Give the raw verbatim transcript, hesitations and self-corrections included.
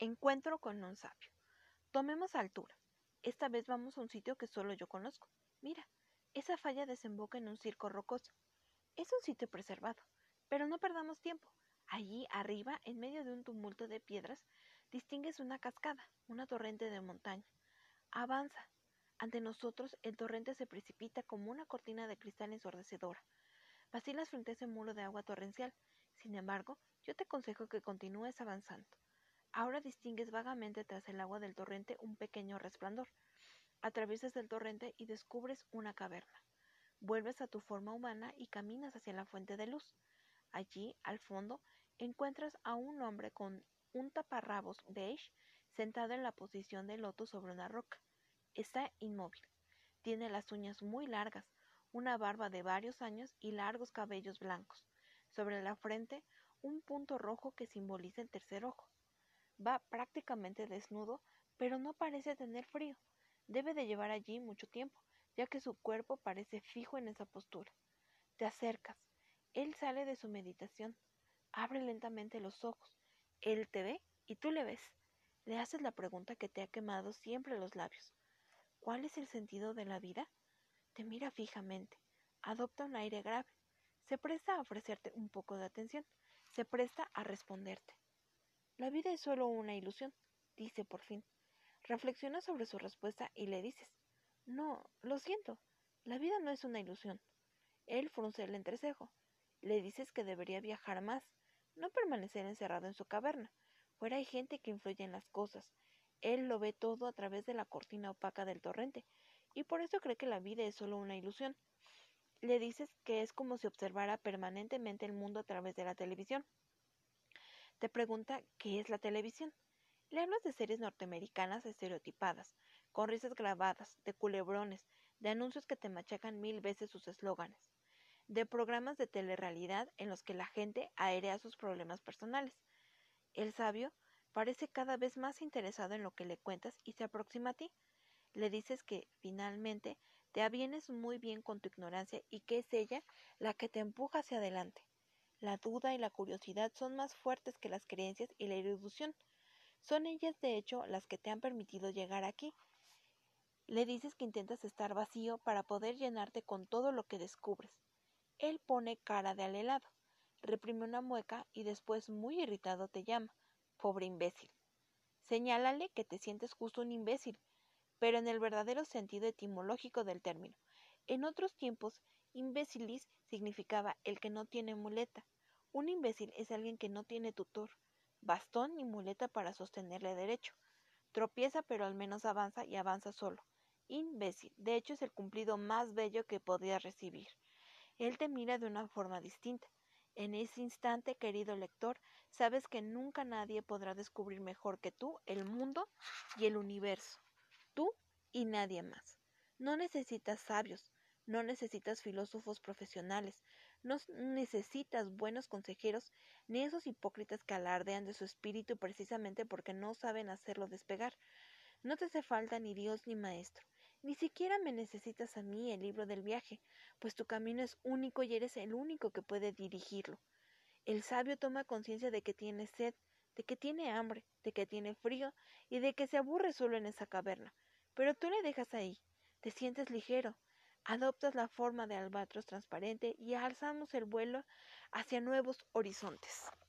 Encuentro con un sabio. Tomemos altura. Esta vez vamos a un sitio que solo yo conozco. Mira, esa falla desemboca en un circo rocoso. Es un sitio preservado, pero no perdamos tiempo. Allí arriba, en medio de un tumulto de piedras, distingues una cascada, una torrente de montaña. Avanza. Ante nosotros el torrente se precipita como una cortina de cristal ensordecedora. Vacilas frente a ese muro de agua torrencial. Sin embargo, yo te aconsejo que continúes avanzando. Ahora distingues vagamente tras el agua del torrente un pequeño resplandor. Atraviesas el torrente y descubres una caverna. Vuelves a tu forma humana y caminas hacia la fuente de luz. Allí, al fondo, encuentras a un hombre con un taparrabos beige sentado en la posición de loto sobre una roca. Está inmóvil. Tiene las uñas muy largas, una barba de varios años y largos cabellos blancos. Sobre la frente, un punto rojo que simboliza el tercer ojo. Va prácticamente desnudo, pero no parece tener frío. Debe de llevar allí mucho tiempo, ya que su cuerpo parece fijo en esa postura. Te acercas. Él sale de su meditación. Abre lentamente los ojos. Él te ve y tú le ves. Le haces la pregunta que te ha quemado siempre los labios. ¿Cuál es el sentido de la vida? Te mira fijamente. Adopta un aire grave. Se presta a ofrecerte un poco de atención. Se presta a responderte. La vida es solo una ilusión, dice por fin. Reflexiona sobre su respuesta y le dices, no, lo siento, la vida no es una ilusión. Él frunce el entrecejo. Le dices que debería viajar más, no permanecer encerrado en su caverna. Fuera hay gente que influye en las cosas. Él lo ve todo a través de la cortina opaca del torrente, y por eso cree que la vida es solo una ilusión. Le dices que es como si observara permanentemente el mundo a través de la televisión. Te pregunta qué es la televisión. Le hablas de series norteamericanas estereotipadas, con risas grabadas, de culebrones, de anuncios que te machacan mil veces sus eslóganes, de programas de telerrealidad en los que la gente airea sus problemas personales. El sabio parece cada vez más interesado en lo que le cuentas y se aproxima a ti. Le dices que, finalmente, te avienes muy bien con tu ignorancia y que es ella la que te empuja hacia adelante. La duda y la curiosidad son más fuertes que las creencias y la ilusión. Son ellas, de hecho, las que te han permitido llegar aquí. Le dices que intentas estar vacío para poder llenarte con todo lo que descubres. Él pone cara de alelado, reprime una mueca y después, muy irritado, te llama, pobre imbécil. Señálale que te sientes justo un imbécil, pero en el verdadero sentido etimológico del término. En otros tiempos, imbécilis significaba el que no tiene muleta. Un imbécil es alguien que no tiene tutor, bastón ni muleta para sostenerle derecho. Tropieza pero al menos avanza y avanza solo. Imbécil, de hecho, es el cumplido más bello que podías recibir. Él te mira de una forma distinta. En ese instante, querido lector, sabes que nunca nadie podrá descubrir mejor que tú el mundo y el universo. Tú y nadie más. No necesitas sabios, no necesitas filósofos profesionales, no necesitas buenos consejeros, ni esos hipócritas que alardean de su espíritu precisamente porque no saben hacerlo despegar. No te hace falta ni Dios ni maestro. Ni siquiera me necesitas a mí, el libro del viaje, pues tu camino es único y eres el único que puede dirigirlo. El sabio toma conciencia de que tiene sed, de que tiene hambre, de que tiene frío y de que se aburre solo en esa caverna. Pero tú le dejas ahí, te sientes ligero, adoptas la forma de albatros transparente y alzamos el vuelo hacia nuevos horizontes.